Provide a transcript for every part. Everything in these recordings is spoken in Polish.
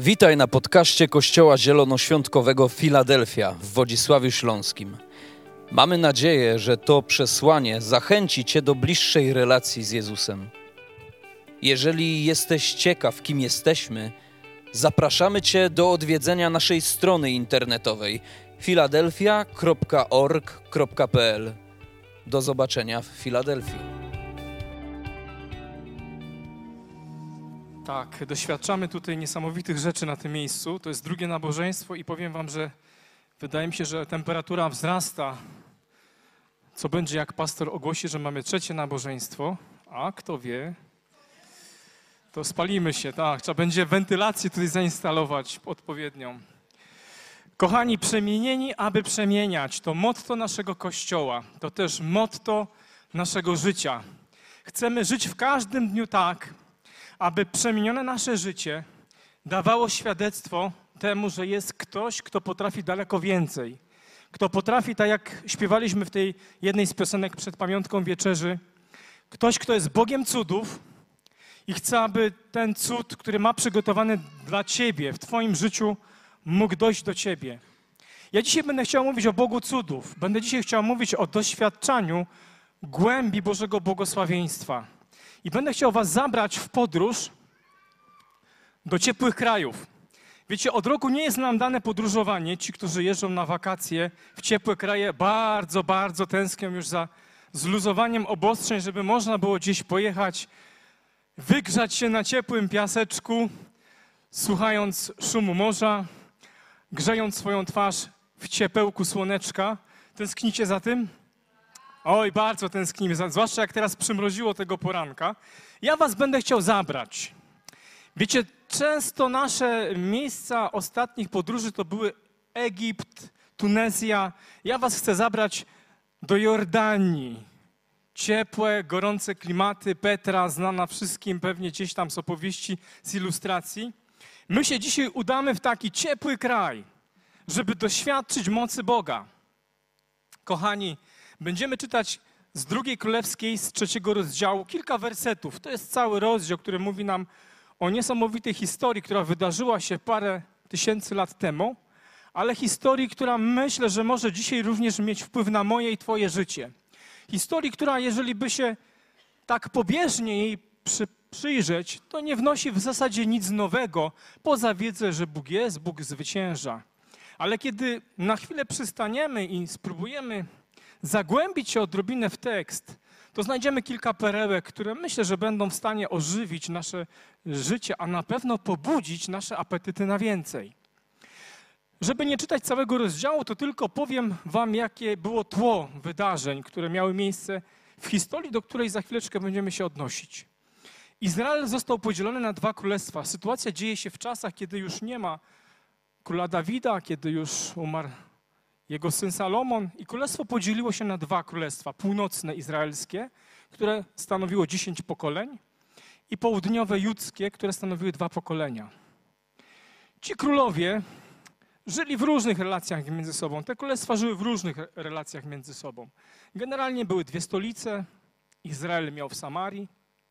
Witaj na podcaście Kościoła Zielonoświątkowego Filadelfia w Wodzisławiu Śląskim. Mamy nadzieję, że to przesłanie zachęci Cię do bliższej relacji z Jezusem. Jeżeli jesteś ciekaw, kim jesteśmy, zapraszamy Cię do odwiedzenia naszej strony internetowej filadelfia.org.pl. Do zobaczenia w Filadelfii. Tak, doświadczamy tutaj niesamowitych rzeczy na tym miejscu. To jest drugie nabożeństwo i powiem wam, że wydaje mi się, że temperatura wzrasta. Co będzie, jak pastor ogłosi, że mamy trzecie nabożeństwo? A kto wie? To spalimy się, tak. Trzeba będzie wentylację tutaj zainstalować odpowiednią. Kochani, przemienieni, aby przemieniać. To motto naszego Kościoła. To też motto naszego życia. Chcemy żyć w każdym dniu tak, aby przemienione nasze życie dawało świadectwo temu, że jest ktoś, kto potrafi daleko więcej. Kto potrafi, tak jak śpiewaliśmy w tej jednej z piosenek przed pamiątką wieczerzy, ktoś, kto jest Bogiem cudów i chce, aby ten cud, który ma przygotowany dla Ciebie w Twoim życiu, mógł dojść do Ciebie. Ja dzisiaj będę chciał mówić o Bogu cudów. Będę dzisiaj chciał mówić o doświadczaniu głębi Bożego błogosławieństwa. I będę chciał was zabrać w podróż do ciepłych krajów. Wiecie, od roku nie jest nam dane podróżowanie. Ci, którzy jeżdżą na wakacje w ciepłe kraje, bardzo, bardzo tęsknią już za zluzowaniem obostrzeń, żeby można było gdzieś pojechać, wygrzać się na ciepłym piaseczku, słuchając szumu morza, grzejąc swoją twarz w ciepełku słoneczka. Tęsknicie za tym? Oj, bardzo tęsknimy, zwłaszcza jak teraz przymroziło tego poranka. Ja was będę chciał zabrać. Wiecie, często nasze miejsca ostatnich podróży to były Egipt, Tunezja. Ja was chcę zabrać do Jordanii. Ciepłe, gorące klimaty, Petra, znana wszystkim pewnie gdzieś tam z opowieści, z ilustracji. My się dzisiaj udamy w taki ciepły kraj, żeby doświadczyć mocy Boga. Kochani, będziemy czytać z 2 Królewskiej, z 3 rozdziału, kilka wersetów. To jest cały rozdział, który mówi nam o niesamowitej historii, która wydarzyła się parę tysięcy lat temu, ale historii, która myślę, że może dzisiaj również mieć wpływ na moje i Twoje życie. Historii, która jeżeli by się tak pobieżnie jej przyjrzeć, to nie wnosi w zasadzie nic nowego, poza wiedzę, że Bóg jest, Bóg zwycięża. Ale kiedy na chwilę przystaniemy i spróbujemy zagłębić się odrobinę w tekst, to znajdziemy kilka perełek, które myślę, że będą w stanie ożywić nasze życie, a na pewno pobudzić nasze apetyty na więcej. Żeby nie czytać całego rozdziału, to tylko powiem wam, jakie było tło wydarzeń, które miały miejsce w historii, do której za chwileczkę będziemy się odnosić. Izrael został podzielony na 2 królestwa. Sytuacja dzieje się w czasach, kiedy już nie ma króla Dawida, kiedy już umarł jego syn Salomon i królestwo podzieliło się na 2 królestwa. Północne izraelskie, które stanowiło 10 pokoleń i południowe judzkie, które stanowiły 2 pokolenia. Ci królowie żyli w różnych relacjach między sobą. Te królestwa żyły w różnych relacjach między sobą. Generalnie były 2 stolice. Izrael miał w Samarii.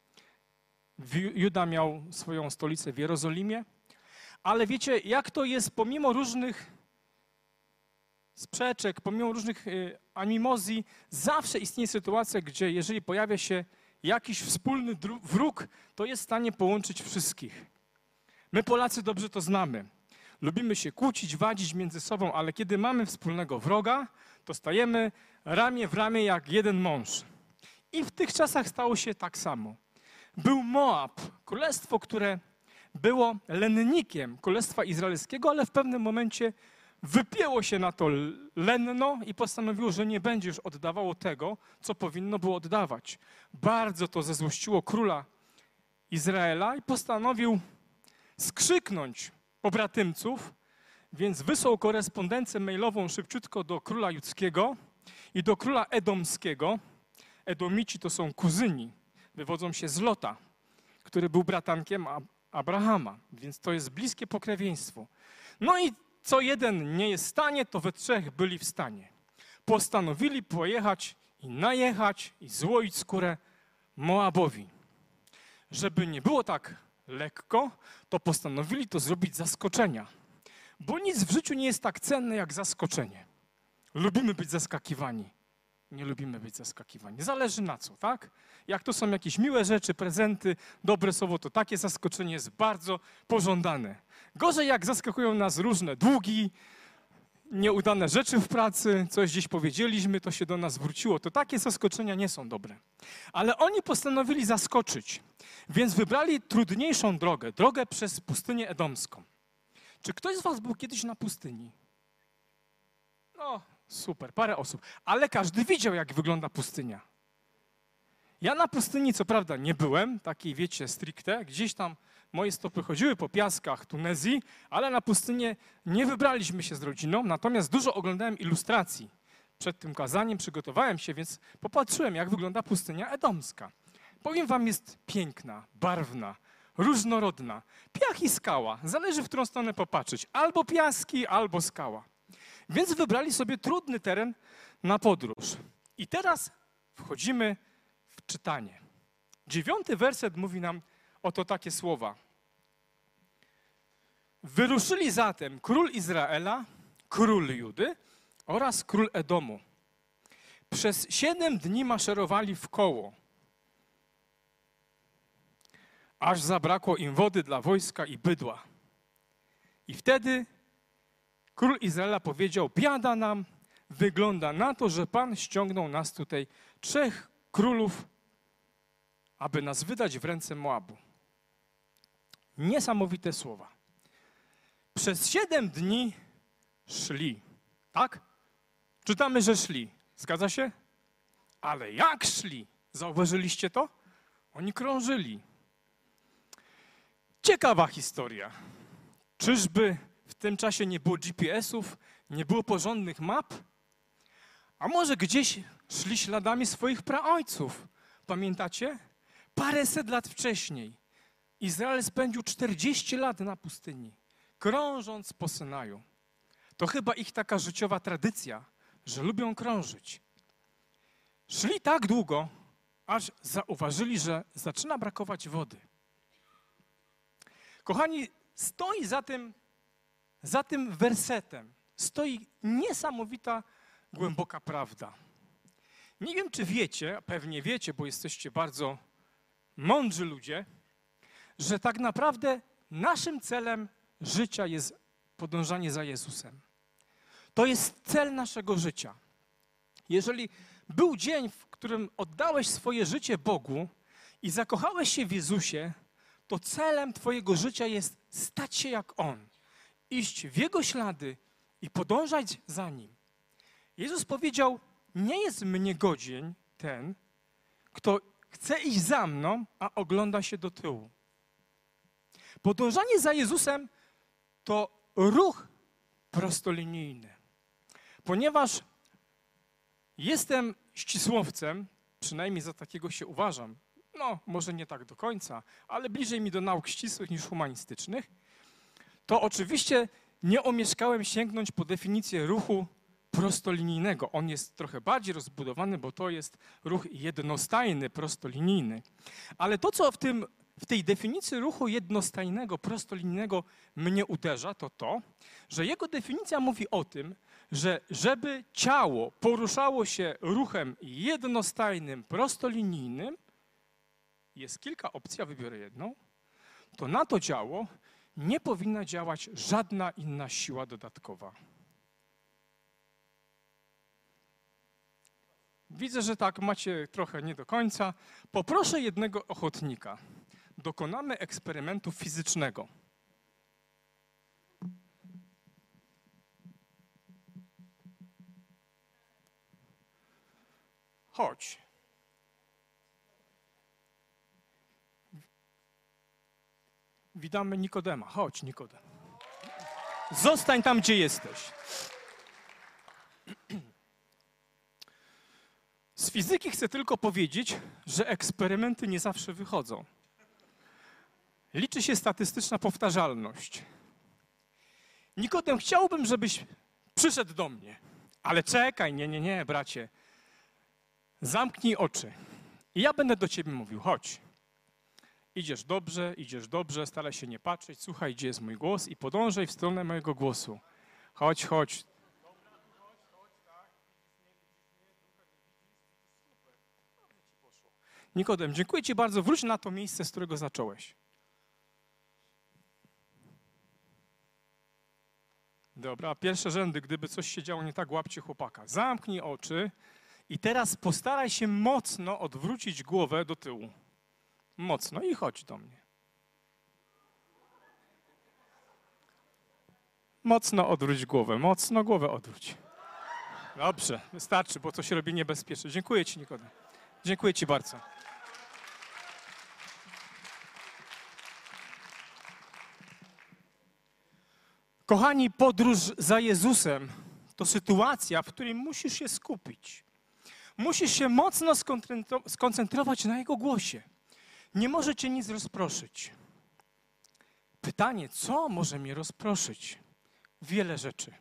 Juda miał swoją stolicę w Jerozolimie. Ale wiecie, jak to jest pomimo różnych sprzeczek, pomimo różnych animozji, zawsze istnieje sytuacja, gdzie jeżeli pojawia się jakiś wspólny wróg, to jest w stanie połączyć wszystkich. My Polacy dobrze to znamy. Lubimy się kłócić, wadzić między sobą, ale kiedy mamy wspólnego wroga, to stajemy ramię w ramię jak jeden mąż. I w tych czasach stało się tak samo. Był Moab, królestwo, które było lennikiem królestwa izraelskiego, ale w pewnym momencie wypięło się na to lenno i postanowiło, że nie będzie już oddawało tego, co powinno było oddawać. Bardzo to zezłościło króla Izraela i postanowił skrzyknąć pobratymców, więc wysłał korespondencję mailową szybciutko do króla judzkiego i do króla edomskiego. Edomici to są kuzyni, wywodzą się z Lota, który był bratankiem Abrahama, więc to jest bliskie pokrewieństwo. No i co jeden nie jest w stanie, to we 3 byli w stanie. Postanowili pojechać i najechać i złoić skórę Moabowi. Żeby nie było tak lekko, to postanowili to zrobić z zaskoczenia. Bo nic w życiu nie jest tak cenne jak zaskoczenie. Lubimy być zaskakiwani. Nie lubimy być zaskakiwani. Zależy na co, tak? Jak to są jakieś miłe rzeczy, prezenty, dobre słowo, to takie zaskoczenie jest bardzo pożądane. Gorzej jak zaskakują nas różne długi, nieudane rzeczy w pracy, coś gdzieś powiedzieliśmy, to się do nas wróciło. To takie zaskoczenia nie są dobre. Ale oni postanowili zaskoczyć, więc wybrali trudniejszą drogę, drogę przez pustynię edomską. Czy ktoś z was był kiedyś na pustyni? No, super, parę osób. Ale każdy widział, jak wygląda pustynia. Ja na pustyni, co prawda, nie byłem, takiej, wiecie, stricte. Gdzieś tam moje stopy chodziły po piaskach Tunezji, ale na pustynię nie wybraliśmy się z rodziną, natomiast dużo oglądałem ilustracji. Przed tym kazaniem przygotowałem się, więc popatrzyłem, jak wygląda pustynia edomska. Powiem wam, jest piękna, barwna, różnorodna. Piach i skała, zależy w którą stronę popatrzeć. Albo piaski, albo skała. Więc wybrali sobie trudny teren na podróż. I teraz wchodzimy w czytanie. 9 werset mówi nam oto takie słowa. Wyruszyli zatem król Izraela, król Judy oraz król Edomu. Przez 7 dni maszerowali w koło, aż zabrakło im wody dla wojska i bydła. I wtedy król Izraela powiedział, biada nam, wygląda na to, że Pan ściągnął nas tutaj 3 królów, aby nas wydać w ręce Moabu. Niesamowite słowa. Przez 7 dni szli, tak? Czytamy, że szli. Zgadza się? Ale jak szli? Zauważyliście to? Oni krążyli. Ciekawa historia. Czyżby w tym czasie nie było GPS-ów, nie było porządnych map? A może gdzieś szli śladami swoich praojców? Pamiętacie? Paręset lat wcześniej Izrael spędził 40 lat na pustyni, krążąc po Synaju. To chyba ich taka życiowa tradycja, że lubią krążyć. Szli tak długo, aż zauważyli, że zaczyna brakować wody. Kochani, stoi za tym wersetem, stoi niesamowita, głęboka prawda. Nie wiem, czy wiecie, a pewnie wiecie, bo jesteście bardzo mądrzy ludzie, że tak naprawdę naszym celem życia jest podążanie za Jezusem. To jest cel naszego życia. Jeżeli był dzień, w którym oddałeś swoje życie Bogu i zakochałeś się w Jezusie, to celem twojego życia jest stać się jak On, iść w Jego ślady i podążać za Nim. Jezus powiedział, nie jest mnie godzien ten, kto chce iść za mną, a ogląda się do tyłu. Podążanie za Jezusem to ruch prostolinijny. Ponieważ jestem ścisłowcem, przynajmniej za takiego się uważam, no może nie tak do końca, ale bliżej mi do nauk ścisłych niż humanistycznych, to oczywiście nie omieszkałem sięgnąć po definicję ruchu prostolinijnego. On jest trochę bardziej rozbudowany, bo to jest ruch jednostajny, prostolinijny. Ale to, co w tej definicji ruchu jednostajnego, prostolinijnego mnie uderza, to to, że jego definicja mówi o tym, że żeby ciało poruszało się ruchem jednostajnym, prostolinijnym, jest kilka opcji, ja wybiorę jedną, to na to ciało nie powinna działać żadna inna siła dodatkowa. Widzę, że tak macie trochę nie do końca. Poproszę jednego ochotnika. Dokonamy eksperymentu fizycznego. Chodź. Witamy Nikodema. Chodź, Nikodem. Zostań tam, gdzie jesteś. Z fizyki chcę tylko powiedzieć, że eksperymenty nie zawsze wychodzą. Liczy się statystyczna powtarzalność. Nikodem, chciałbym, żebyś przyszedł do mnie. Ale czekaj, nie, bracie. Zamknij oczy. I ja będę do ciebie mówił, chodź. Idziesz dobrze, staraj się nie patrzeć, słuchaj, gdzie jest mój głos i podążaj w stronę mojego głosu. Chodź, chodź. Nikodem, dziękuję Ci bardzo, wróć na to miejsce, z którego zacząłeś. Dobra, pierwsze rzędy, gdyby coś się działo nie tak, łapcie chłopaka. Zamknij oczy i teraz postaraj się mocno odwrócić głowę do tyłu. Mocno i chodź do mnie. Mocno odwróć głowę, mocno głowę odwróć. Dobrze, wystarczy, bo to się robi niebezpieczne. Dziękuję Ci, Nikodem. Dziękuję Ci bardzo. Kochani, podróż za Jezusem to sytuacja, w której musisz się skupić. Musisz się mocno skoncentrować na Jego głosie. Nie może Cię nic rozproszyć. Pytanie, co może mnie rozproszyć? Wiele rzeczy.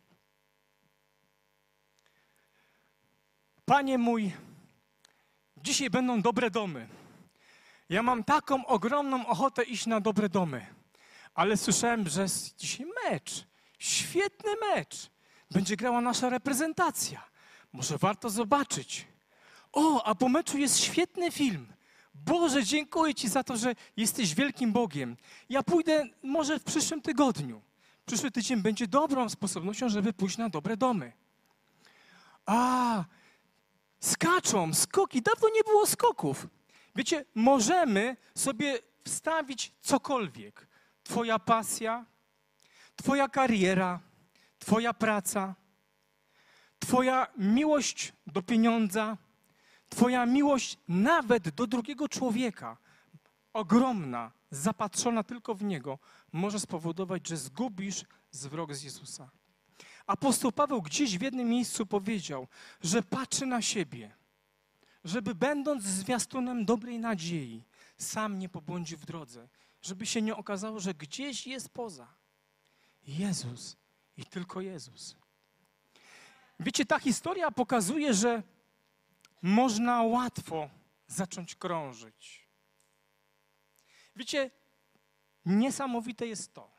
Panie mój, dzisiaj będą dobre domy. Ja mam taką ogromną ochotę iść na dobre domy. Ale słyszałem, że jest dzisiaj mecz. Świetny mecz. Będzie grała nasza reprezentacja. Może warto zobaczyć. O, a po meczu jest świetny film. Boże, dziękuję Ci za to, że jesteś wielkim Bogiem. Ja pójdę może w przyszłym tygodniu. Przyszły tydzień będzie dobrą sposobnością, żeby pójść na dobre domy. A, skaczą, skoki. Dawno nie było skoków. Wiecie, możemy sobie wstawić cokolwiek. Twoja pasja, Twoja kariera, Twoja praca, Twoja miłość do pieniądza, Twoja miłość nawet do drugiego człowieka, ogromna, zapatrzona tylko w Niego, może spowodować, że zgubisz wzrok z Jezusa. Apostoł Paweł gdzieś w jednym miejscu powiedział, że patrzy na siebie, żeby będąc zwiastunem dobrej nadziei, sam nie pobłądził w drodze, żeby się nie okazało, że gdzieś jest poza. Jezus i tylko Jezus. Wiecie, ta historia pokazuje, że można łatwo zacząć krążyć. Wiecie, niesamowite jest to,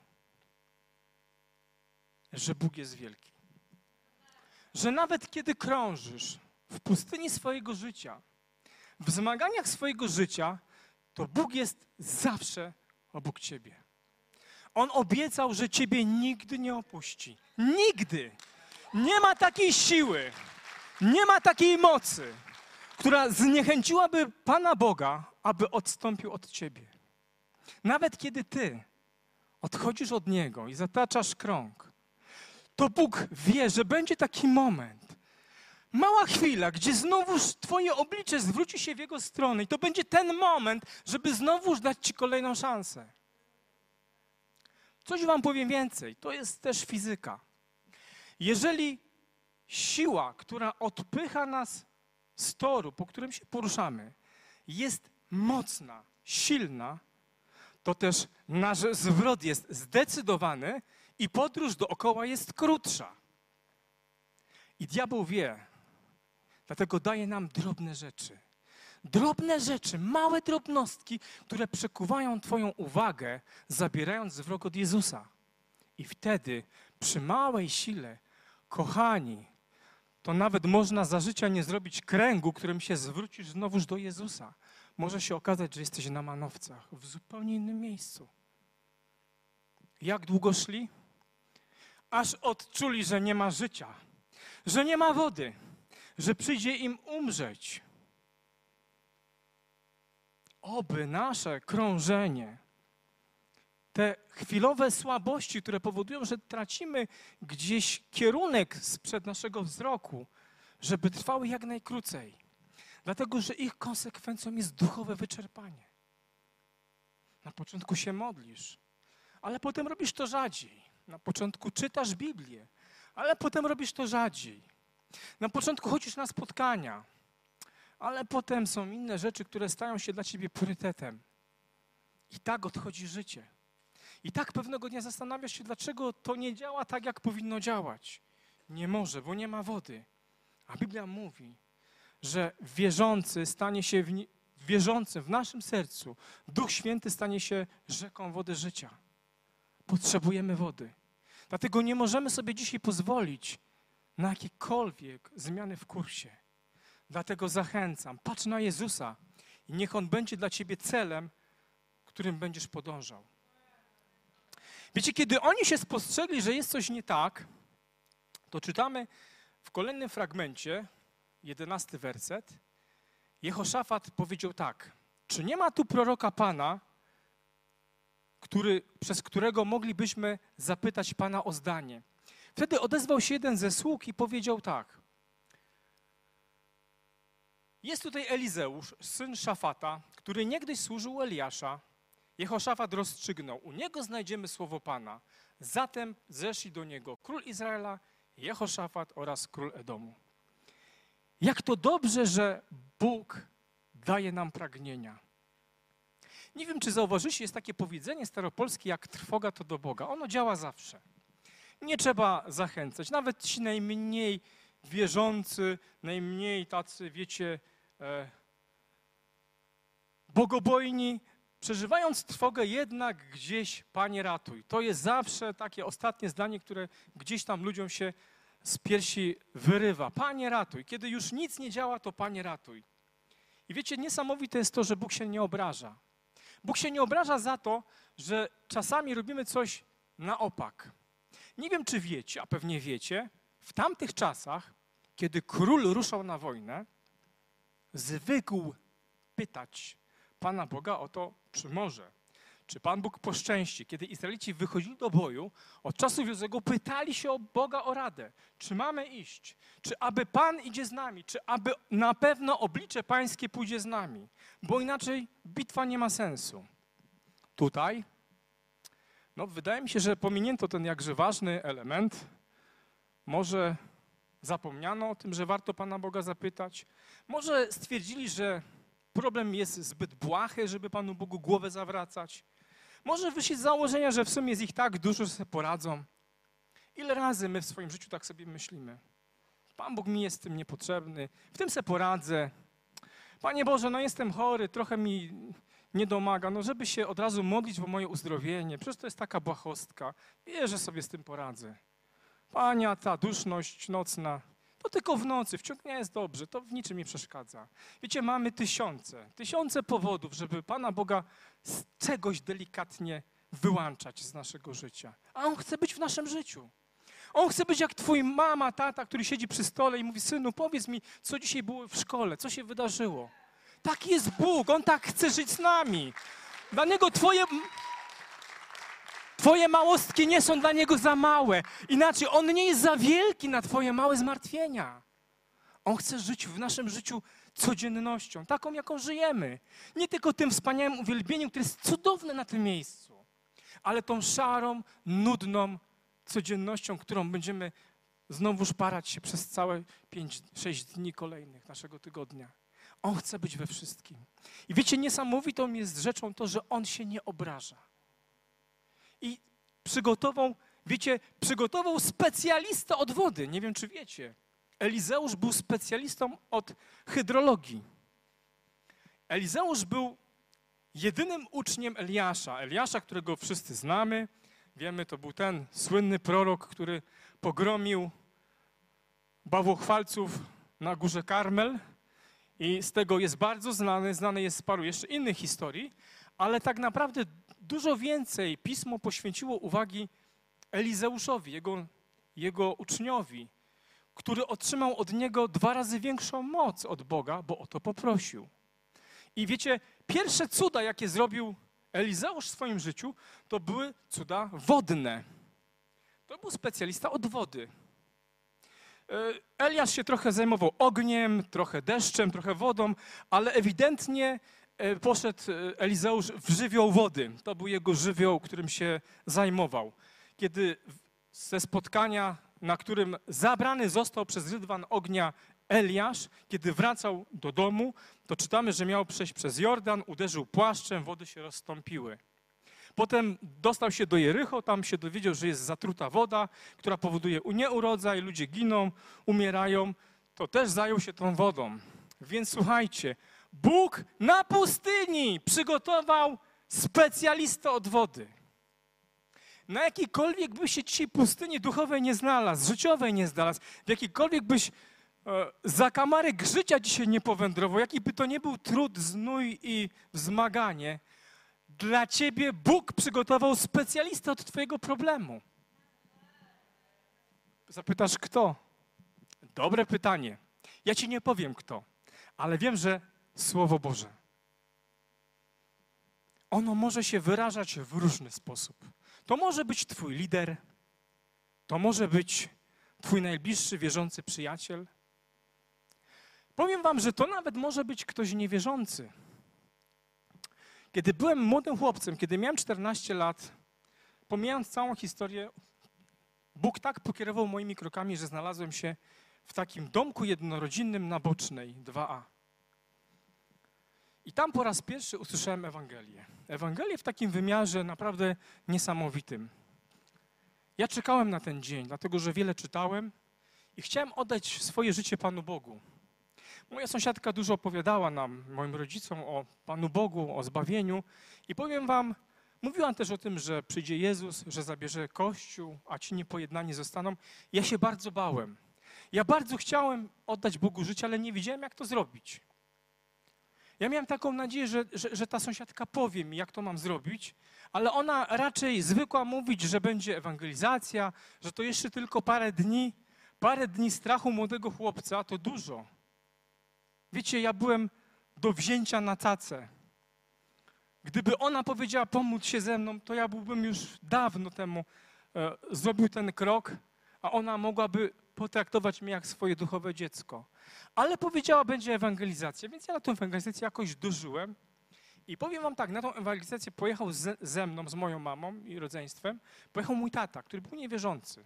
że Bóg jest wielki. Że nawet kiedy krążysz w pustyni swojego życia, w zmaganiach swojego życia, to Bóg jest zawsze obok ciebie. On obiecał, że ciebie nigdy nie opuści. Nigdy. Nie ma takiej siły, nie ma takiej mocy, która zniechęciłaby Pana Boga, aby odstąpił od ciebie. Nawet kiedy ty odchodzisz od Niego i zataczasz krąg, to Bóg wie, że będzie taki moment, mała chwila, gdzie znowuż twoje oblicze zwróci się w Jego stronę i to będzie ten moment, żeby znowuż dać ci kolejną szansę. Coś wam powiem więcej, to jest też fizyka. Jeżeli siła, która odpycha nas z toru, po którym się poruszamy, jest mocna, silna, to też nasz zwrot jest zdecydowany i podróż dookoła jest krótsza. I diabeł wie, dlatego daje nam drobne rzeczy. Drobne rzeczy, małe drobnostki, które przekuwają twoją uwagę, zabierając wzrok od Jezusa. I wtedy przy małej sile, kochani, to nawet można za życia nie zrobić kręgu, którym się zwrócisz znowuż do Jezusa. Może się okazać, że jesteś na manowcach, w zupełnie innym miejscu. Jak długo szli? Aż odczuli, że nie ma życia, że nie ma wody, że przyjdzie im umrzeć. Oby nasze krążenie, te chwilowe słabości, które powodują, że tracimy gdzieś kierunek sprzed naszego wzroku, żeby trwały jak najkrócej. Dlatego, że ich konsekwencją jest duchowe wyczerpanie. Na początku się modlisz, ale potem robisz to rzadziej. Na początku czytasz Biblię, ale potem robisz to rzadziej. Na początku chodzisz na spotkania, ale potem są inne rzeczy, które stają się dla ciebie priorytetem. I tak odchodzi życie. I tak pewnego dnia zastanawiasz się, dlaczego to nie działa tak, jak powinno działać. Nie może, bo nie ma wody. A Biblia mówi, że wierzący stanie się wierzącym, w naszym sercu, Duch Święty stanie się rzeką wody życia. Potrzebujemy wody. Dlatego nie możemy sobie dzisiaj pozwolić na jakiekolwiek zmiany w kursie. Dlatego zachęcam, patrz na Jezusa i niech On będzie dla ciebie celem, którym będziesz podążał. Wiecie, kiedy oni się spostrzegli, że jest coś nie tak, to czytamy w kolejnym fragmencie, 11 werset, Jehoszafat powiedział tak: czy nie ma tu proroka Pana, przez którego moglibyśmy zapytać Pana o zdanie? Wtedy odezwał się jeden ze sług i powiedział tak: jest tutaj Elizeusz, syn Szafata, który niegdyś służył u Eliasza. Jehoszafat rozstrzygnął: u niego znajdziemy słowo Pana. Zatem zeszli do niego król Izraela, Jehoszafat oraz król Edomu. Jak to dobrze, że Bóg daje nam pragnienia. Nie wiem, czy zauważyliście, jest takie powiedzenie staropolskie, jak trwoga to do Boga. Ono działa zawsze. Nie trzeba zachęcać. Nawet ci najmniej wierzący, najmniej tacy, wiecie, bogobojni, przeżywając trwogę, jednak gdzieś, Panie ratuj. To jest zawsze takie ostatnie zdanie, które gdzieś tam ludziom się z piersi wyrywa. Panie ratuj. Kiedy już nic nie działa, to Panie ratuj. I wiecie, niesamowite jest to, że Bóg się nie obraża. Bóg się nie obraża za to, że czasami robimy coś na opak. Nie wiem, czy wiecie, a pewnie wiecie, w tamtych czasach, kiedy król ruszał na wojnę, zwykł pytać Pana Boga o to, czy może. Czy Pan Bóg poszczęści. Kiedy Izraelici wychodzili do boju, od czasu Jozego pytali się o Boga o radę. Czy mamy iść? Czy aby Pan idzie z nami? Czy aby na pewno oblicze Pańskie pójdzie z nami? Bo inaczej bitwa nie ma sensu. Tutaj, wydaje mi się, że pominięto ten jakże ważny element. Może zapomniano o tym, że warto Pana Boga zapytać. Może stwierdzili, że problem jest zbyt błahy, żeby Panu Bogu głowę zawracać. Może wyszli z założenia, że w sumie jest ich tak dużo, że sobie poradzą. Ile razy my w swoim życiu tak sobie myślimy? Pan Bóg mi jest z tym niepotrzebny, w tym se poradzę. Panie Boże, jestem chory, trochę mi nie domaga, żeby się od razu modlić o moje uzdrowienie. Przecież to jest taka błahostka. Wiesz, że sobie z tym poradzę. Pania, ta duszność nocna, to tylko w nocy, w ciągu dnia jest dobrze, to w niczym nie przeszkadza. Wiecie, mamy tysiące powodów, żeby Pana Boga z czegoś delikatnie wyłączać z naszego życia. A On chce być w naszym życiu. On chce być jak twój mama, tata, który siedzi przy stole i mówi: synu, powiedz mi, co dzisiaj było w szkole, co się wydarzyło. Taki jest Bóg, On tak chce żyć z nami. Dla Niego Twoje małostki nie są dla Niego za małe. Inaczej, On nie jest za wielki na twoje małe zmartwienia. On chce żyć w naszym życiu codziennością, taką, jaką żyjemy. Nie tylko tym wspaniałym uwielbieniem, które jest cudowne na tym miejscu, ale tą szarą, nudną codziennością, którą będziemy znowu szparać się przez całe 5-6 dni kolejnych naszego tygodnia. On chce być we wszystkim. I wiecie, niesamowitą jest rzeczą to, że On się nie obraża. I przygotował specjalistę od wody. Nie wiem, czy wiecie. Elizeusz był specjalistą od hydrologii. Elizeusz był jedynym uczniem Eliasza, którego wszyscy znamy. Wiemy, to był ten słynny prorok, który pogromił bałwochwalców na górze Karmel. I z tego jest bardzo znany jest z paru jeszcze innych historii, ale tak naprawdę dużo więcej Pismo poświęciło uwagi Elizeuszowi, jego uczniowi, który otrzymał od niego 2 razy większą moc od Boga, bo o to poprosił. I wiecie, pierwsze cuda, jakie zrobił Elizeusz w swoim życiu, to były cuda wodne. To był specjalista od wody. Eliasz się trochę zajmował ogniem, trochę deszczem, trochę wodą, ale ewidentnie poszedł Elizeusz w żywioł wody. To był jego żywioł, którym się zajmował. Kiedy ze spotkania, na którym zabrany został przez rydwan ognia Eliasz, kiedy wracał do domu, to czytamy, że miał przejść przez Jordan, uderzył płaszczem, wody się rozstąpiły. Potem dostał się do Jericho, tam się dowiedział, że jest zatruta woda, która powoduje nieurodzaj, ludzie giną, umierają. To też zajął się tą wodą. Więc słuchajcie, Bóg na pustyni przygotował specjalistę od wody. Na jakiejkolwiek byś się dzisiaj pustyni duchowej nie znalazł, życiowej nie znalazł, w jakikolwiek byś zakamarek życia dzisiaj nie powędrował, jaki by to nie był trud, znój i wzmaganie, dla ciebie Bóg przygotował specjalistę od twojego problemu. Zapytasz, kto? Dobre pytanie. Ja ci nie powiem kto, ale wiem, że Słowo Boże. Ono może się wyrażać w różny sposób. To może być twój lider, to może być twój najbliższy wierzący przyjaciel. Powiem wam, że to nawet może być ktoś niewierzący. Kiedy byłem młodym chłopcem, kiedy miałem 14 lat, pomijając całą historię, Bóg tak pokierował moimi krokami, że znalazłem się w takim domku jednorodzinnym na Bocznej 2A. I tam po raz pierwszy usłyszałem Ewangelię. Ewangelię w takim wymiarze naprawdę niesamowitym. Ja czekałem na ten dzień, dlatego że wiele czytałem i chciałem oddać swoje życie Panu Bogu. Moja sąsiadka dużo opowiadała nam, moim rodzicom, o Panu Bogu, o zbawieniu i powiem wam, mówiłam też o tym, że przyjdzie Jezus, że zabierze Kościół, a ci niepojednani zostaną. Ja się bardzo bałem. Ja bardzo chciałem oddać Bogu życie, ale nie wiedziałem, jak to zrobić. Ja miałem taką nadzieję, że ta sąsiadka powie mi, jak to mam zrobić, ale ona raczej zwykła mówić, że będzie ewangelizacja, że to jeszcze tylko parę dni strachu młodego chłopca, to dużo. Wiecie, ja byłem do wzięcia na tacę. Gdyby ona powiedziała pomóc się ze mną, to ja byłbym już dawno temu zrobił ten krok, a ona mogłaby potraktować mnie jak swoje duchowe dziecko. Ale powiedziała, będzie ewangelizacja, więc ja na tę ewangelizację jakoś dożyłem. I powiem wam tak, na tą ewangelizację pojechał ze mną, z moją mamą i rodzeństwem, pojechał mój tata, który był niewierzący.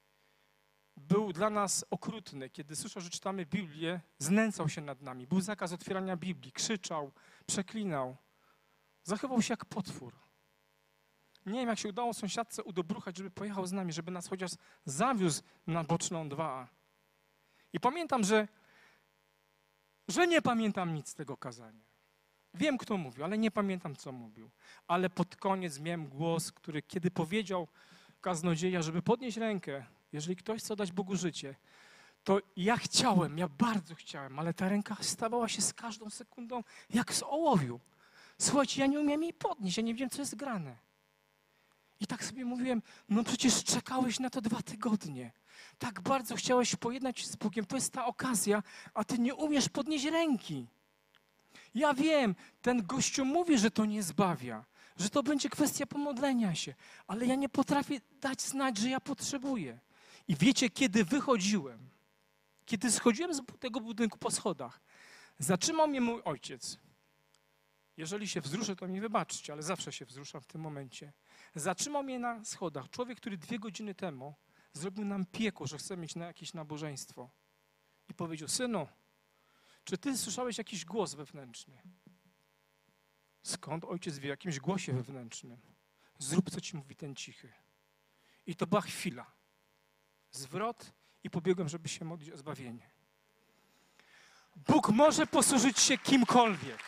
Był dla nas okrutny. Kiedy słyszał, że czytamy Biblię, znęcał się nad nami. Był zakaz otwierania Biblii, krzyczał, przeklinał. Zachował się jak potwór. Nie wiem, jak się udało sąsiadce udobruchać, żeby pojechał z nami, żeby nas chociaż zawiózł na Boczną 2A. I pamiętam, że nie pamiętam nic z tego kazania. Wiem, kto mówił, ale nie pamiętam, co mówił. Ale pod koniec miałem głos, który kiedy powiedział kaznodzieja, żeby podnieść rękę, jeżeli ktoś chce oddać Bogu życie, to ja bardzo chciałem, ale ta ręka stawała się z każdą sekundą jak z ołowiu. Słuchajcie, ja nie umiem jej podnieść, ja nie wiem, co jest grane. I tak sobie mówiłem, no przecież czekałeś na to 2 tygodnie. Tak bardzo chciałeś pojednać się z Bogiem, to jest ta okazja, a ty nie umiesz podnieść ręki. Ja wiem, ten gościu mówi, że to nie zbawia, że to będzie kwestia pomodlenia się, ale ja nie potrafię dać znać, że ja potrzebuję. I wiecie, kiedy wychodziłem, kiedy schodziłem z tego budynku po schodach, zatrzymał mnie mój ojciec. Jeżeli się wzruszę, to mi wybaczcie, ale zawsze się wzruszam w tym momencie. Zatrzymał mnie na schodach. Człowiek, który 2 godziny temu zrobił nam piekło, że chce mieć na jakieś nabożeństwo. I powiedział, synu, czy ty słyszałeś jakiś głos wewnętrzny? Skąd ojciec wie o jakimś głosie wewnętrznym? Zrób, co ci mówi ten cichy. I to była chwila. Zwrot i pobiegłem, żeby się modlić o zbawienie. Bóg może posłużyć się kimkolwiek.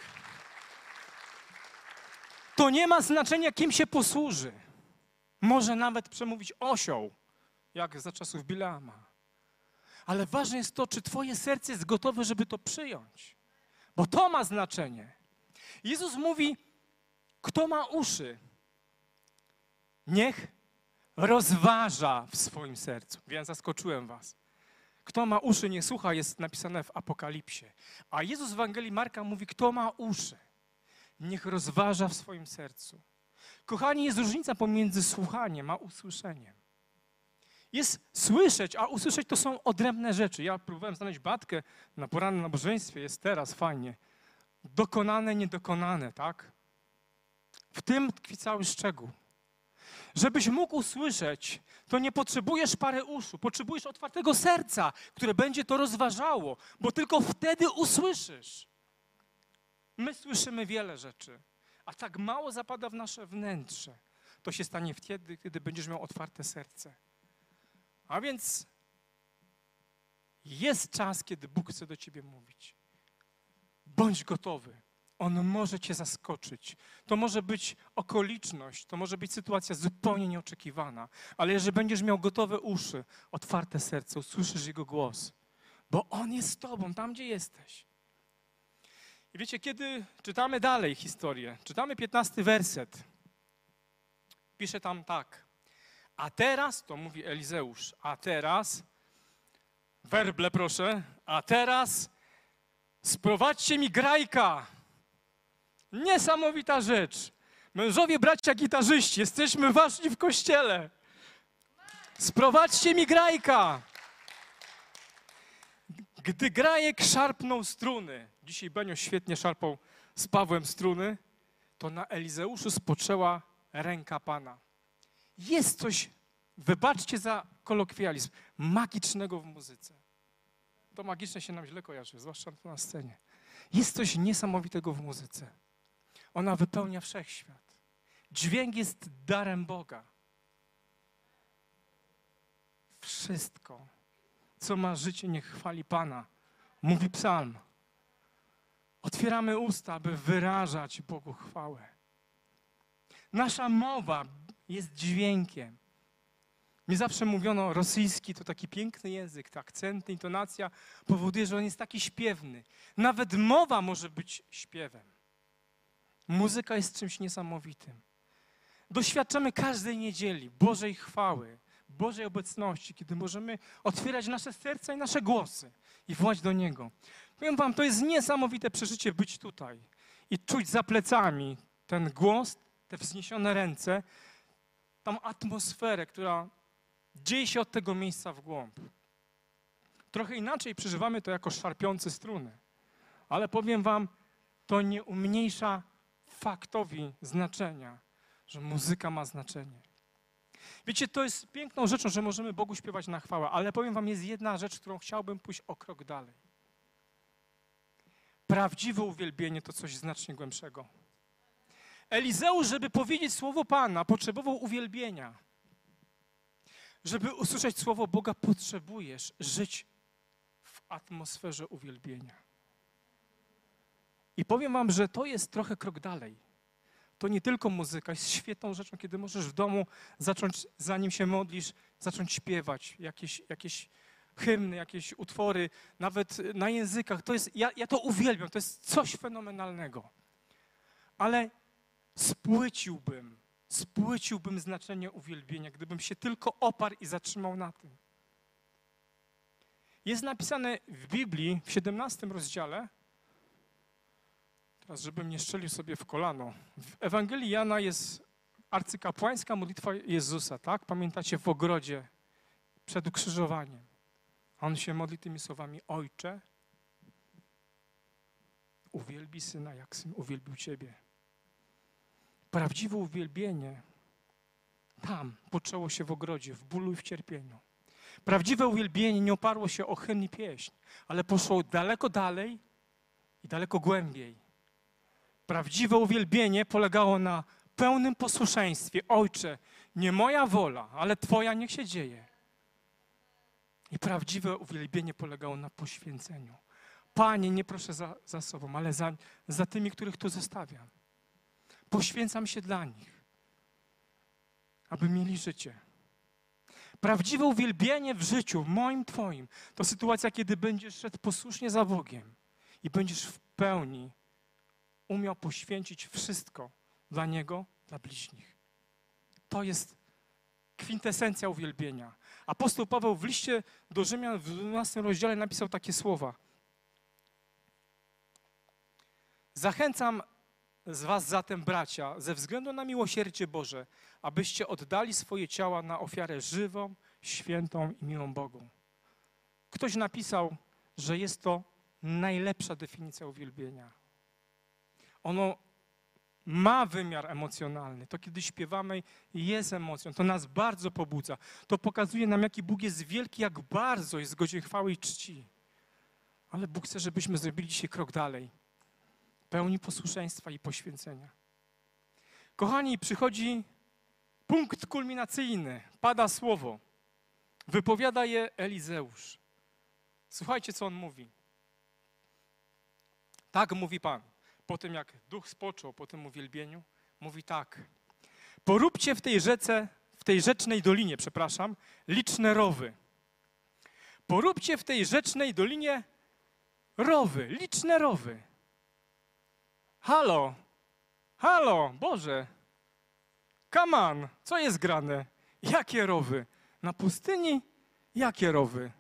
To nie ma znaczenia, kim się posłuży. Może nawet przemówić osioł, jak za czasów Bileama. Ale ważne jest to, czy twoje serce jest gotowe, żeby to przyjąć. Bo to ma znaczenie. Jezus mówi, kto ma uszy, niech rozważa w swoim sercu. Więc zaskoczyłem was. Kto ma uszy, nie słucha, jest napisane w Apokalipsie. A Jezus w Ewangelii Marka mówi, kto ma uszy, niech rozważa w swoim sercu. Kochani, jest różnica pomiędzy słuchaniem a usłyszeniem. Jest słyszeć, a usłyszeć to są odrębne rzeczy. Ja próbowałem znaleźć batkę na porannym nabożeństwie, jest teraz fajnie. Dokonane, niedokonane, tak? W tym tkwi cały szczegół. Żebyś mógł usłyszeć, to nie potrzebujesz pary uszu, potrzebujesz otwartego serca, które będzie to rozważało, bo tylko wtedy usłyszysz. My słyszymy wiele rzeczy, a tak mało zapada w nasze wnętrze. To się stanie wtedy, kiedy będziesz miał otwarte serce. A więc jest czas, kiedy Bóg chce do ciebie mówić. Bądź gotowy. On może cię zaskoczyć. To może być okoliczność, to może być sytuacja zupełnie nieoczekiwana, ale jeżeli będziesz miał gotowe uszy, otwarte serce, usłyszysz Jego głos, bo On jest z tobą, tam gdzie jesteś. I wiecie, kiedy czytamy dalej historię, czytamy 15 werset, pisze tam tak: a teraz, to mówi Elizeusz, a teraz, werble proszę, a teraz sprowadźcie mi grajka. Niesamowita rzecz. Mężowie, bracia gitarzyści, jesteśmy ważni w kościele. Sprowadźcie mi grajka. Gdy grajek szarpnął struny, dzisiaj Benio świetnie szarpał z Pawłem struny, to na Elizeuszu spoczęła ręka Pana. Jest coś, wybaczcie za kolokwializm, magicznego w muzyce. To magiczne się nam źle kojarzy, zwłaszcza tu na scenie. Jest coś niesamowitego w muzyce. Ona wypełnia wszechświat. Dźwięk jest darem Boga. Wszystko, co ma życie, niech chwali Pana, mówi psalm. Otwieramy usta, aby wyrażać Bogu chwałę. Nasza mowa jest dźwiękiem. Mi zawsze mówiono, rosyjski to taki piękny język, te akcenty, intonacja powoduje, że on jest taki śpiewny. Nawet mowa może być śpiewem. Muzyka jest czymś niesamowitym. Doświadczamy każdej niedzieli Bożej chwały, Bożej obecności, kiedy możemy otwierać nasze serca i nasze głosy i wołać do Niego. Powiem wam, to jest niesamowite przeżycie być tutaj i czuć za plecami ten głos, te wzniesione ręce, tą atmosferę, która dzieje się od tego miejsca w głąb. Trochę inaczej przeżywamy to jako szarpiące struny, ale powiem wam, to nie umniejsza faktowi znaczenia, że muzyka ma znaczenie. Wiecie, to jest piękną rzeczą, że możemy Bogu śpiewać na chwałę, ale powiem wam, jest jedna rzecz, którą chciałbym pójść o krok dalej. Prawdziwe uwielbienie to coś znacznie głębszego. Elizeusz, żeby powiedzieć słowo Pana, potrzebował uwielbienia. Żeby usłyszeć słowo Boga, potrzebujesz żyć w atmosferze uwielbienia. I powiem wam, że to jest trochę krok dalej. To nie tylko muzyka, jest świetną rzeczą, kiedy możesz w domu zacząć, zanim się modlisz, zacząć śpiewać jakieś hymny, jakieś utwory, nawet na językach. To jest, ja to uwielbiam, to jest coś fenomenalnego. Ale spłyciłbym znaczenie uwielbienia, gdybym się tylko oparł i zatrzymał na tym. Jest napisane w Biblii, w 17 rozdziale, teraz żebym nie strzelił sobie w kolano, w Ewangelii Jana jest arcykapłańska modlitwa Jezusa, tak? Pamiętacie, w ogrodzie przed ukrzyżowaniem. On się modli tymi słowami: Ojcze, uwielbi Syna, jak Syn uwielbił Ciebie. Prawdziwe uwielbienie tam poczęło się w ogrodzie, w bólu i w cierpieniu. Prawdziwe uwielbienie nie oparło się o hymn i pieśń, ale poszło daleko dalej i daleko głębiej. Prawdziwe uwielbienie polegało na pełnym posłuszeństwie. Ojcze, nie moja wola, ale Twoja niech się dzieje. I prawdziwe uwielbienie polegało na poświęceniu. Panie, nie proszę za sobą, ale za tymi, których tu zostawiam. Poświęcam się dla nich, aby mieli życie. Prawdziwe uwielbienie w życiu, moim, Twoim, to sytuacja, kiedy będziesz szedł posłusznie za Bogiem i będziesz w pełni umiał poświęcić wszystko dla Niego, dla bliźnich. To jest kwintesencja uwielbienia. Apostoł Paweł w liście do Rzymian w 12 rozdziale napisał takie słowa. Zachęcam z was zatem, bracia, ze względu na miłosierdzie Boże, abyście oddali swoje ciała na ofiarę żywą, świętą i miłą Bogu. Ktoś napisał, że jest to najlepsza definicja uwielbienia. Ono ma wymiar emocjonalny. To, kiedy śpiewamy, jest emocją. To nas bardzo pobudza. To pokazuje nam, jaki Bóg jest wielki, jak bardzo jest godzien chwały i czci. Ale Bóg chce, żebyśmy zrobili dzisiaj krok dalej. Pełni posłuszeństwa i poświęcenia. Kochani, przychodzi punkt kulminacyjny. Pada słowo. Wypowiada je Elizeusz. Słuchajcie, co on mówi. Tak mówi Pan. Po tym, jak duch spoczął po tym uwielbieniu, mówi tak. Poróbcie w tej rzecznej dolinie, liczne rowy. Poróbcie w tej rzecznej dolinie rowy, liczne rowy. Halo, Boże, come on, co jest grane? Jakie rowy? Na pustyni? Jakie rowy?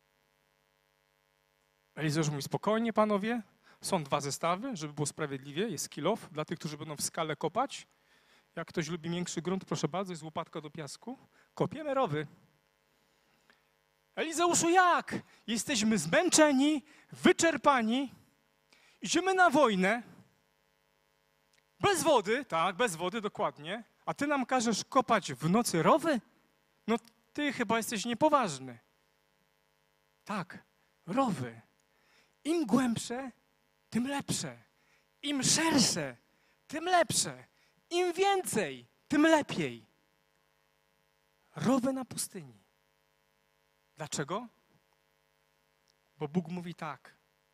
Elizeusz mówi, spokojnie panowie, są 2 zestawy, żeby było sprawiedliwie, jest kilof dla tych, którzy będą w skale kopać. Jak ktoś lubi miększy grunt, proszę bardzo, jest łopatka do piasku. Kopiemy rowy. Elizeuszu, jak? Jesteśmy zmęczeni, wyczerpani, idziemy na wojnę, bez wody, tak, bez wody, dokładnie, a ty nam każesz kopać w nocy rowy? No ty chyba jesteś niepoważny. Tak, rowy. Im głębsze, tym lepsze. Im szersze, tym lepsze. Im więcej, tym lepiej. Rowy na pustyni. Dlaczego? Bo Bóg mówi tak.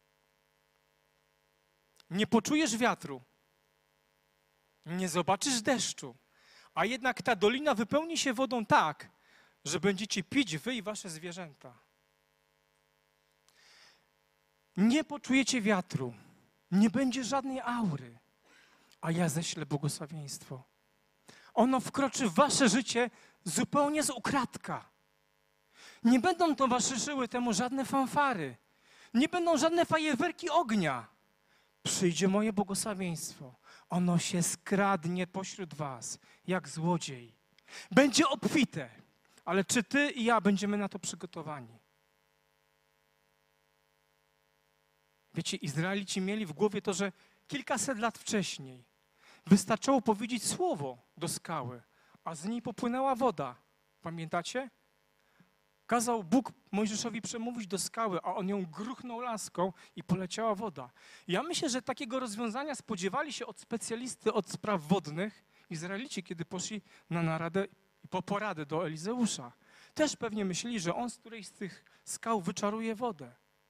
Nie poczujesz wiatru, nie zobaczysz deszczu, a jednak ta dolina wypełni się wodą tak, że będziecie pić wy i wasze zwierzęta. Nie poczujecie wiatru, nie będzie żadnej aury, a ja ześlę błogosławieństwo. Ono wkroczy w wasze życie zupełnie z ukradka. Nie będą towarzyszyły temu żadne fanfary, nie będą żadne fajerwerki ognia. Przyjdzie moje błogosławieństwo. Ono się skradnie pośród was, jak złodziej. Będzie obfite, ale czy ty i ja będziemy na to przygotowani? Wiecie, Izraelici mieli w głowie to, że kilkaset lat wcześniej wystarczyło powiedzieć słowo do skały, a z niej popłynęła woda. Pamiętacie? Kazał Bóg Mojżeszowi przemówić do skały, a on ją gruchnął laską i poleciała woda. Ja myślę, że takiego rozwiązania spodziewali się od specjalisty od spraw wodnych Izraelici, kiedy poszli na naradę i po poradę do Elizeusza. Też pewnie myśleli, że on z którejś z tych skał wyczaruje wodę.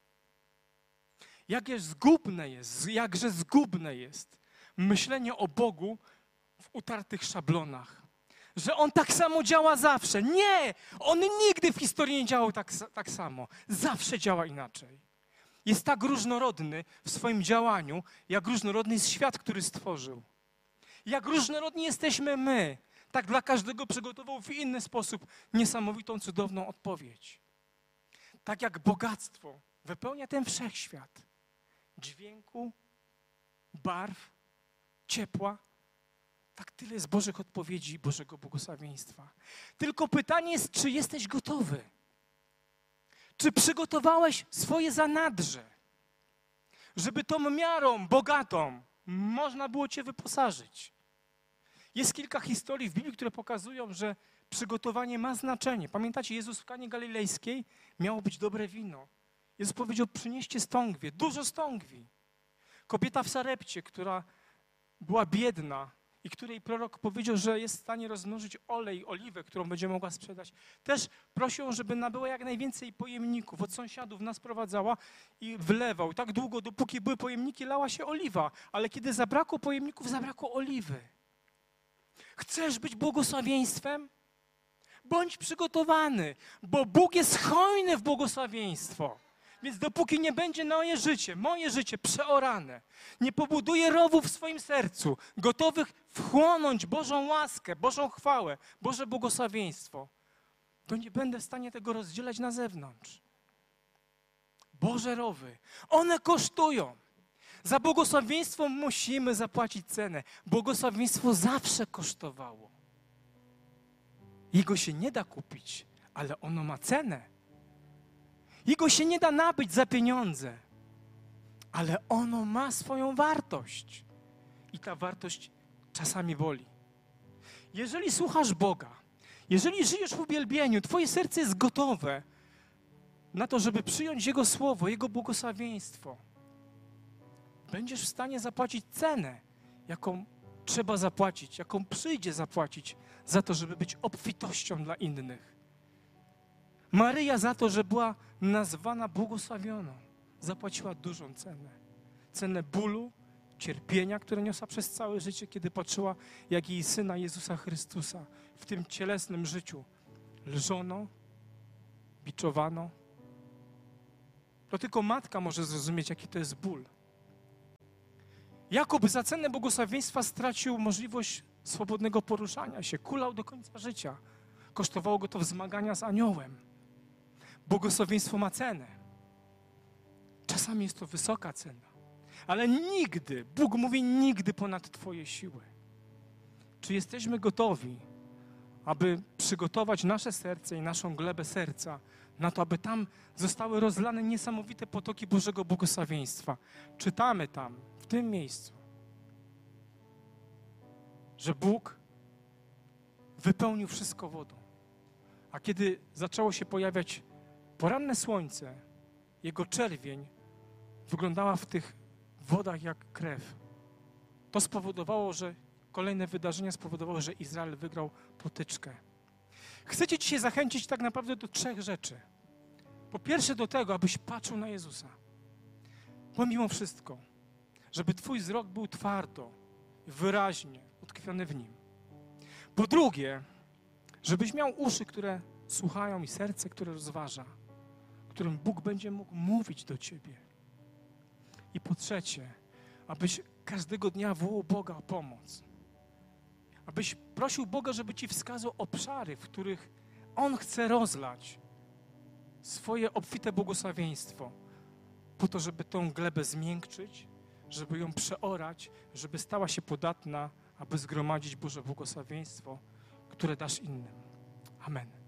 Jakże zgubne jest myślenie o Bogu w utartych szablonach. Że On tak samo działa zawsze. Nie! On nigdy w historii nie działał tak samo. Zawsze działa inaczej. Jest tak różnorodny w swoim działaniu, jak różnorodny jest świat, który stworzył. Jak różnorodni jesteśmy my, tak dla każdego przygotował w inny sposób niesamowitą, cudowną odpowiedź. Tak jak bogactwo wypełnia ten wszechświat dźwięku, barw, ciepła, tak tyle jest Bożych odpowiedzi, Bożego błogosławieństwa. Tylko pytanie jest, czy jesteś gotowy? Czy przygotowałeś swoje zanadrze, żeby tą miarą bogatą można było cię wyposażyć? Jest kilka historii w Biblii, które pokazują, że przygotowanie ma znaczenie. Pamiętacie, Jezus w Kanie Galilejskiej miało być dobre wino. Jezus powiedział, przynieście stągwie, dużo stągwi. Kobieta w Sarepcie, która była biedna i której prorok powiedział, że jest w stanie rozmnożyć olej, oliwę, którą będzie mogła sprzedać. Też prosił, żeby nabyła jak najwięcej pojemników, od sąsiadów nas prowadzała i wlewał. Tak długo, dopóki były pojemniki, lała się oliwa, ale kiedy zabrakło pojemników, zabrakło oliwy. Chcesz być błogosławieństwem? Bądź przygotowany, bo Bóg jest hojny w błogosławieństwo. Więc dopóki nie będzie moje życie przeorane, nie pobuduję rowów w swoim sercu, gotowych wchłonąć Bożą łaskę, Bożą chwałę, Boże błogosławieństwo, to nie będę w stanie tego rozdzielać na zewnątrz. Boże rowy, one kosztują. Za błogosławieństwo musimy zapłacić cenę. Błogosławieństwo zawsze kosztowało. Jego się nie da kupić, ale ono ma cenę. Jego się nie da nabyć za pieniądze, ale ono ma swoją wartość. I ta wartość czasami boli. Jeżeli słuchasz Boga, jeżeli żyjesz w uwielbieniu, twoje serce jest gotowe na to, żeby przyjąć Jego słowo, Jego błogosławieństwo, będziesz w stanie zapłacić cenę, jaką trzeba zapłacić, jaką przyjdzie zapłacić za to, żeby być obfitością dla innych. Maryja za to, że była nazwana błogosławioną, zapłaciła dużą cenę. cenę bólu, cierpienia, które niosła przez całe życie, kiedy patrzyła, jak jej Syna Jezusa Chrystusa w tym cielesnym życiu lżono, biczowano. To tylko matka może zrozumieć, jaki to jest ból. Jakub za cenę błogosławieństwa stracił możliwość swobodnego poruszania się, kulał do końca życia. Kosztowało go to wzmagania z aniołem. Błogosławieństwo ma cenę. Czasami jest to wysoka cena, ale nigdy, Bóg mówi nigdy ponad Twoje siły. Czy jesteśmy gotowi, aby przygotować nasze serce i naszą glebę serca na to, aby tam zostały rozlane niesamowite potoki Bożego błogosławieństwa? Czytamy tam, w tym miejscu, że Bóg wypełnił wszystko wodą. A kiedy zaczęło się pojawiać poranne słońce, jego czerwień wyglądała w tych wodach jak krew. To spowodowało, że kolejne wydarzenia spowodowały, że Izrael wygrał potyczkę. Chcę Cię dzisiaj zachęcić tak naprawdę do 3 rzeczy. Po pierwsze do tego, abyś patrzył na Jezusa. Pomimo wszystko, żeby Twój wzrok był twardo, wyraźnie utkwiony w Nim. Po drugie, żebyś miał uszy, które słuchają i serce, które rozważa, którym Bóg będzie mógł mówić do Ciebie. I po trzecie, abyś każdego dnia wołał Boga o pomoc. Abyś prosił Boga, żeby Ci wskazał obszary, w których On chce rozlać swoje obfite błogosławieństwo, po to, żeby tą glebę zmiękczyć, żeby ją przeorać, żeby stała się podatna, aby zgromadzić Boże błogosławieństwo, które dasz innym. Amen.